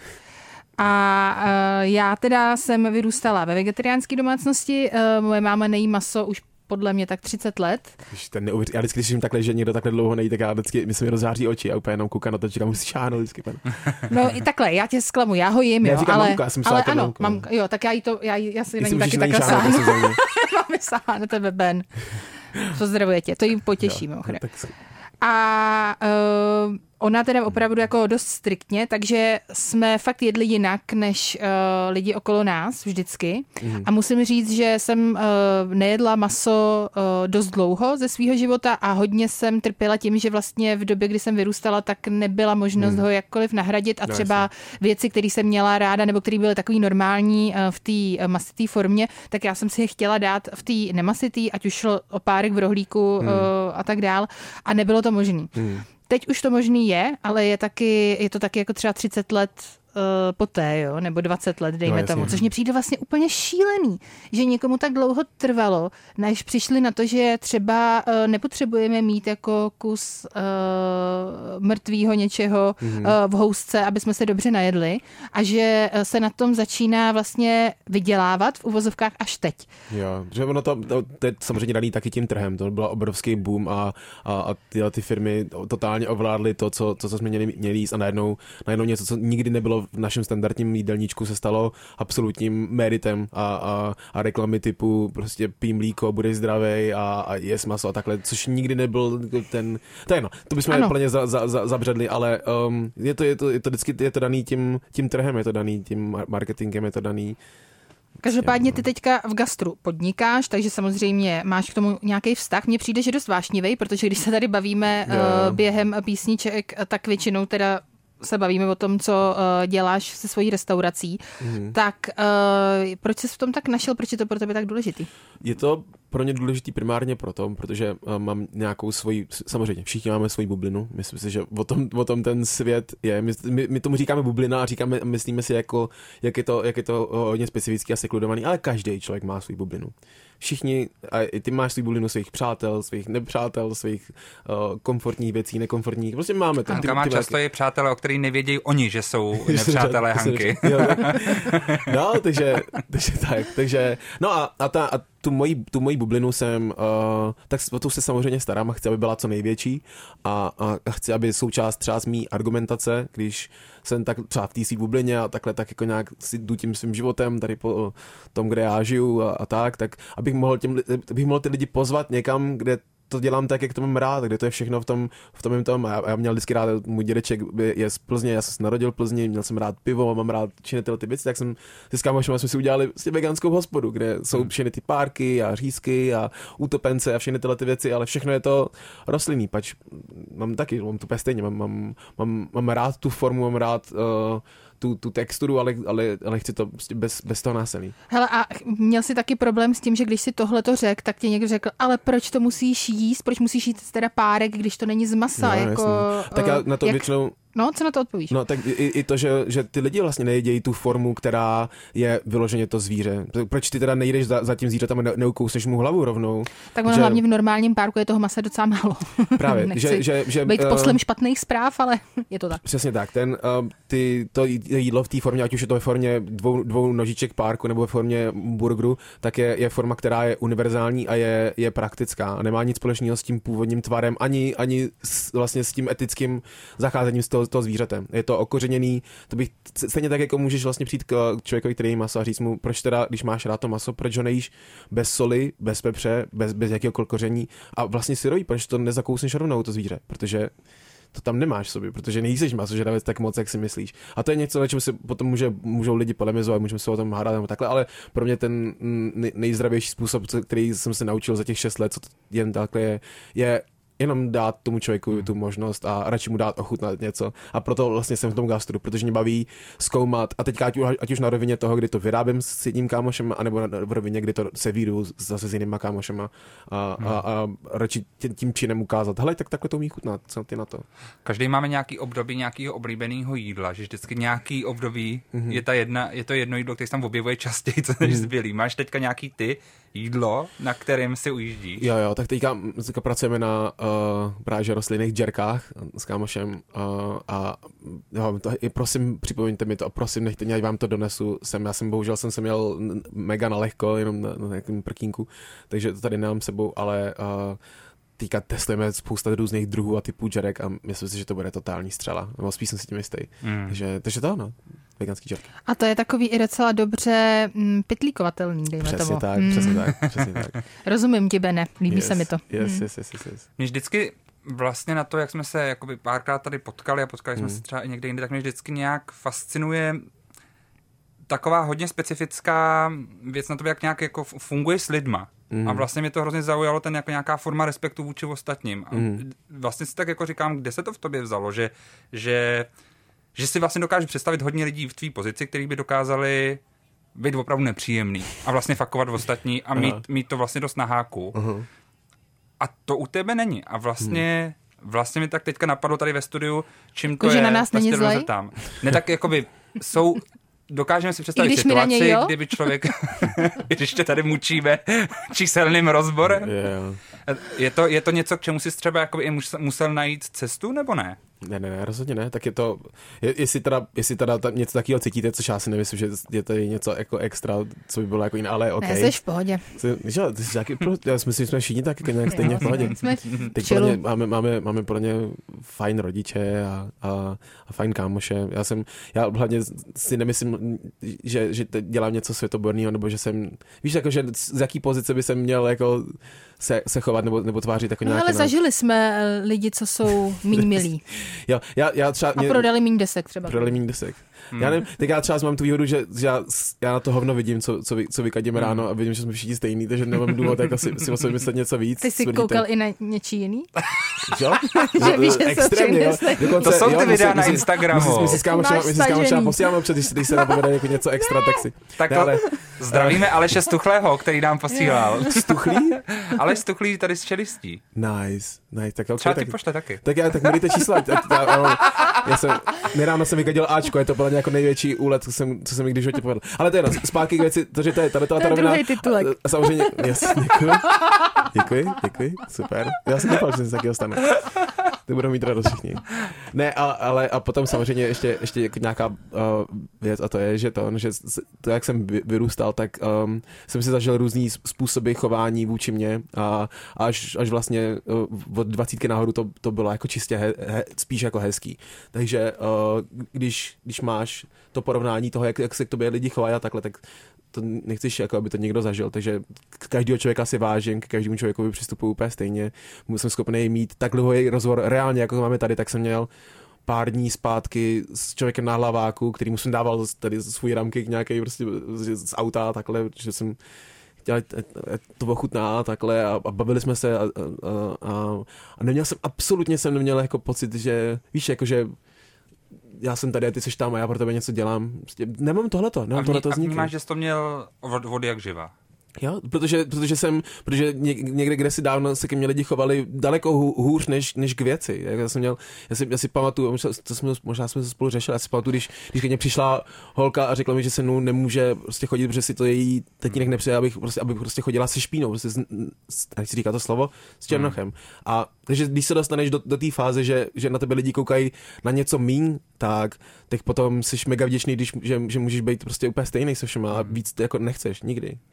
A já teda jsem vyrůstala ve vegetariánské domácnosti, moje máma nejí maso už podle mě tak 30 let. Já vždycky, když jim takhle, že někdo takhle dlouho nejí, tak já vždycky mi se mi rozzáří oči a úplně jenom koukám na to, že musíš šáhnout vždycky. No i takhle, já tě zklamu, já ho jim, jo, ale ano, mamka, jo, tak já si na ní taky takhle sáhnu. Máme sáhnu na tebe, Ben. Pozdravuje tě, to jim potěšíme. A ona teda opravdu jako dost striktně, takže jsme fakt jedli jinak než lidi okolo nás vždycky. A musím říct, že jsem nejedla maso dost dlouho ze svého života a hodně jsem trpěla tím, že vlastně v době, kdy jsem vyrůstala, tak nebyla možnost ho jakkoliv nahradit a třeba věci, které jsem měla ráda nebo které byly takový normální v té masité formě, tak já jsem si je chtěla dát v té nemasitý, ať už šlo o párek v rohlíku a tak dál a nebylo to možný. Teď už to možný je, ale je to taky jako třeba 30 let poté, jo, nebo 20 let, dejme tomu, což mě přijde vlastně úplně šílený, že někomu tak dlouho trvalo, než přišli na to, že třeba nepotřebujeme mít jako kus mrtvýho něčeho v housce, aby jsme se dobře najedli a že se na tom začíná vlastně vydělávat v uvozovkách až teď. Jo, že ono to je samozřejmě daný taky tím trhem, to byl obrovský boom a ty firmy totálně ovládly to, co jsme měli jíst a najednou něco, co nikdy nebylo v našem standardním jídelníčku, se stalo absolutním méritem a reklamy typu prostě pij mlíko, budeš zdravej a jes maso a takhle, což nikdy nebyl ten... To je jedno, to bychom plně zabředli, ale je to vždycky daný tím trhem, je to daný tím marketingem, je to daný... Každopádně ty teďka v gastru podnikáš, takže samozřejmě máš k tomu nějaký vztah. Mně přijde, že dost vášnivý, protože když se tady bavíme během písniček, tak většinou teda se bavíme o tom, co děláš se svojí restaurací, tak proč jsi v tom tak našel, proč je to pro tebe tak důležitý? Je to pro ně důležitý primárně proto, protože mám nějakou svoji, samozřejmě všichni máme svoji bublinu, myslím si, že o tom ten svět je, my tomu říkáme bublina a myslíme si jako, jak je to hodně specifický a sekludovaný, ale každý člověk má svou bublinu. Všichni, a i ty máš svou bublinu svých přátel, svých nepřátel, svých komfortních věcí, nekomfortních, prostě máme to. Hanka má často i přátelé, o kterých nevědějí oni, že jsou nepřátelé Hanky. No, takže, no a tu moji bublinu jsem, tak o tu se samozřejmě starám a chci, aby byla co největší a chci, aby součást třeba z mý argumentace, když jsem tak třeba v té svý bublině a takhle tak jako nějak si jdu tím svým životem tady po tom, kde já žiju a tak abych mohl ty lidi pozvat někam, kde to dělám tak, jak to mám rád, kde to je všechno v tom. Já měl vždycky rád, můj dědeček je z Plzně, já jsem se narodil v Plzni, měl jsem rád pivo, mám rád všechny ty věci, tak jsem s kámošem jsme si udělali vlastně veganskou hospodu, kde jsou všechny ty párky a řízky a útopence a všechny tyhle ty věci, ale všechno je to rostlinný, pač mám to úplně stejně, mám rád tu formu, mám rád tu texturu, ale chci to prostě bez toho násilí. Hele, a měl jsi taky problém s tím, že když si tohleto řekl, tak ti někdo řekl, ale proč to musíš jíst, proč musíš jíst teda párek, když to není z masa? No, jako, tak já na to většinou... No, co na to odpovíš? No, tak i to, že ty lidi vlastně nejedějí tu formu, která je vyloženě to zvíře. Proč ty teda nejdeš za tím zvířetem a neukousneš mu hlavu rovnou? Tak ono hlavně v normálním párku je toho masa docela málo. Právě, že být poslem špatných zpráv, ale je to tak. Přesně tak. To jídlo v té formě, ať už je to ve formě dvou nožiček párku nebo ve formě burgeru, tak je forma, která je univerzální a je praktická. A nemá nic společného s tím původním tvarem, ani vlastně s tím etickým zacházením z toho toho zvířete. Je to okořeněný, to bych stejně tak, jako můžeš vlastně přijít k člověkovi, který jí maso a říct mu, proč teda, když máš rád to maso, proč ho nejíš bez soli, bez pepře, bez jakéhokoliv koření a vlastně syrový, proč to nezakousneš rovnou to zvíře, protože to tam nemáš v sobě, protože nejseš masožravec tak moc, jak si myslíš. A to je něco, o čem si potom můžou lidi polemizovat, můžeme se o tom hádat nebo takhle, ale pro mě ten nejzdravější způsob, který jsem se naučil za těch 6 let, co to jen takhle je jenom dát tomu člověku tu možnost a radši mu dát ochutnat něco. A proto vlastně jsem v tom gastru, protože mě baví zkoumat. A teďka ať už na rovině toho, kdy to vyrábím s jedním kámošem, anebo v rovině, kdy to servíruju zase s jinýma kámošema a radši tím činem ukázat. Hele, tak takhle to umí chutnat, co ty na to? Každý máme nějaký období nějakého oblíbeného jídla, že vždycky nějaký období je to jedno jídlo, které se tam objevuje častěji, než zbylý. Máš teďka nějaký jídlo, na kterém si ujíždíš? Jo, tak teďka pracujeme na právě rostlinných džerkách s kámošem a prosím, připomeňte mi to a prosím, nechte mě, ať vám to donesu sem. Bohužel jsem se měl mega nalehko, jenom na nějakém prkínku, takže to tady nemám sebou, ale teďka testujeme spousta různých druhů a typů džerek a myslím si, že to bude totální střela. Nebo spíš jsem si tím jistý. Takže to, no. Veganský džerky. A to je takový i docela dobře pytlíkovatelný, dejme tomu. Přesně tak. Rozumím ti, Bene, líbí se mi to. Yes. Mě vždycky vlastně na to, jak jsme se jakoby párkrát tady potkali a potkali jsme se třeba i někde jinde, tak mě vždycky nějak fascinuje taková hodně specifická věc na to, jak nějak jako funguje s lidma. A vlastně mě to hrozně zaujalo, ten jako nějaká forma respektu vůči ostatním. A vlastně si tak jako říkám, kde se to v tobě vzalo, že si vlastně dokážeš představit hodně lidí v tvý pozici, kteří by dokázali být opravdu nepříjemný a vlastně fakovat ostatní a mít to vlastně dost na háku. A to u tebe není. A vlastně mi tak teďka napadlo tady ve studiu, čím to je. Na nás není zlej? Ne, tak jakoby dokážeme si představit situaci, kdyby člověk, když tě tady mučíme číselným rozborem. Je to něco, k čemu jsi třeba jakoby i musel najít cestu, nebo ne? Ne, rozhodně ne. Tak je to, jestli teda něco takového cítíte, což já si nemyslím, že je tady něco jako extra, co by bylo jako jiné, ale okej. Ne, jsi v pohodě. Já si myslím, že jsme všichni tak jako nějak stejně v pohodě. Teď máme pro ně fajn rodiče a fajn kámoše. Já hlavně si nemyslím, že dělám něco světoborného, nebo že jsem, víš, jako, že z jaký pozice by jsem měl jako se chovat nebo tvářit jako nějaký. Ale zažili jsme lidi, co jsou míň milí. Jo, já třeba... A prodali míň desek třeba. Já nevím, tak já třeba mám tu výhodu, že já na to hovno vidím, co vykadíme ráno a vidím, že jsme všichni stejný, takže nemám důvod jako si o sobě myslet něco víc. Ty jsi koukal i na něčí jiný? Jo? Že víš, že extrémně, jo. To jsou ty videa na Instagramu. My si s kámošema posíláme, když se nám povede jako něco extra, tak si... Tak zdravíme Aleše Stuchlého, který nám posílal. Stuchlý? Aleš Stuchlý tady z Čelistí. Nice. Tak třeba ti pošle taky. Tak mi dejte čísla. Nedávno jsem vykadil Ačko, je to podle mě jako největší úlet, co jsem mi když životě povedl. Ale to je zpátky k věci, to je ta rovina. Druhý titulek. Samozřejmě, děkuji, super. Já jsem doufal, že se taky dostane. Ty budou mít radost všichni. Ne, ale a potom samozřejmě ještě jako nějaká věc a to je, že to jak jsem vyrůstal, tak jsem si zažil různý způsoby chování vůči mě a až vlastně od 20 nahoru to bylo jako čistě spíš jako hezký. Takže když máš to porovnání toho, jak se k tobě lidi chovají a takhle, tak to nechceš, jako aby to někdo zažil, takže každého člověka si vážím, k každému člověku přistupuji úplně stejně. Jsem schopný mít tak dlouhý rozhovor reálně, jako máme tady, tak jsem měl pár dní zpátky s člověkem na hlaváku, který mu jsem dával tady svůj ramky nějaký prostě z auta takhle, že jsem chtěl to ochutná takhle a bavili jsme se a neměl jsem, absolutně jsem neměl jako pocit, že víš, jakože já jsem tady a ty seš tam a já pro tebe něco dělám. Nemám tohleto s nikým. A vnímáš, že jsi to měl od jak živa? Jo, protože někde, kde si dávno se ke mně lidi chovali daleko hůř než k věci. Já si pamatuju, možná jsme se spolu řešili, já si pamatuju, když ke mně přišla holka a řekla mi, že se mnou nemůže prostě chodit, protože si to její tatínek nepřeje, aby prostě chodila se špínou, prostě nechci říkat to slovo, s černochem. A takže když se dostaneš do té fáze, že na tebe lidi koukají na něco míň, tak potom jsi mega vděčný, že můžeš být prostě úplně stejný se všema a víc jako nechceš nikdy. Že víš,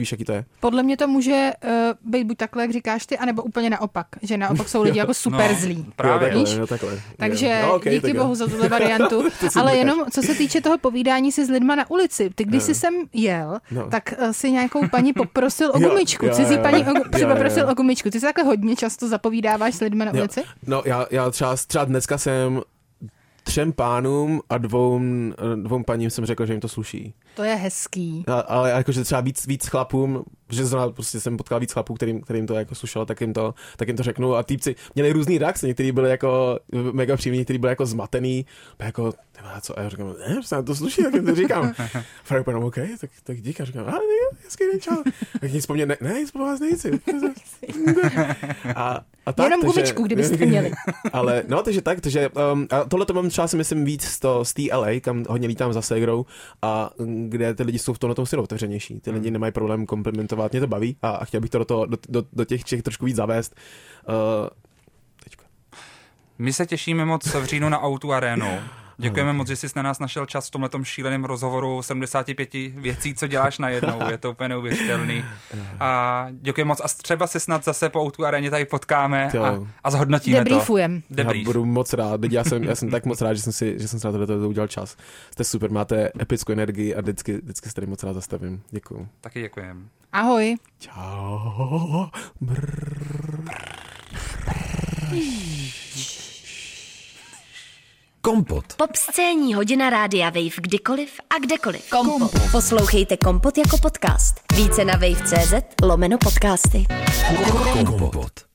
víš, jaký to je? Podle mě to může být buď takhle, jak říkáš ty, anebo úplně naopak, že naopak jsou lidi jako super zlí. Právě. Víš? Takhle. Takže díky bohu za tuhle variantu. Ale jenom, co se týče toho povídání si s lidma na ulici, ty když jsi sem jel, tak si nějakou paní poprosil o gumičku. Cizí paní poprosil o gumičku. Ty se takhle hodně často zapovídáváš s lidma na ulici? No, já třeba dneska jsem 3 pánům a 2 paním jsem řekl, že jim to sluší. To je hezký. Ale jakože třeba víc chlapům, že zrovna prostě jsem potkal víc chlapů, kterým to jako slušelo, tak jim to řeknu. A týpci měli různý reakce, některý byli jako mega příjemní, některý byli jako zmatený, jako co? A já říkám, ne, to sluší, tak jim to říkám. Frank panem, OK, tak dík. A říkám, hezký den, čau. Tak nic po mně, ne, nic po vás nejci. A tak, jenom gumičku, kdybyste měli. Ale no, takže tohle to mám třeba si myslím víc z té LA, kam hodně lítám za ségrou a kde ty lidi jsou v tomhle stylu otevřenější. Ty lidi nemají problém komplimentovat, mě to baví a chtěl bych to do těch Čech trošku víc zavést. Teďka. My se těšíme moc v říjnu na Outu Arénu. Děkujeme moc, že jsi na nás našel čas v tomhletom šíleném rozhovoru 75 věcí, co děláš najednou. Je to úplně neuvěřitelný. A děkujeme moc. A třeba se snad zase po Outu Aréně tady potkáme a zhodnotíme Debriefujem. to. Já budu moc rád. Já jsem tak moc rád, že jsem si na tohle udělal čas. Jste super, máte epickou energii a vždycky se tady moc rád zastavím. Děkuju. Taky děkujeme. Ahoj. Čau. Kompot. Popscénní hodina rádia Wave kdykoliv a kdekoliv. Kompot. Poslouchejte Kompot jako podcast. Více na wave.cz/podcasty. Kompot.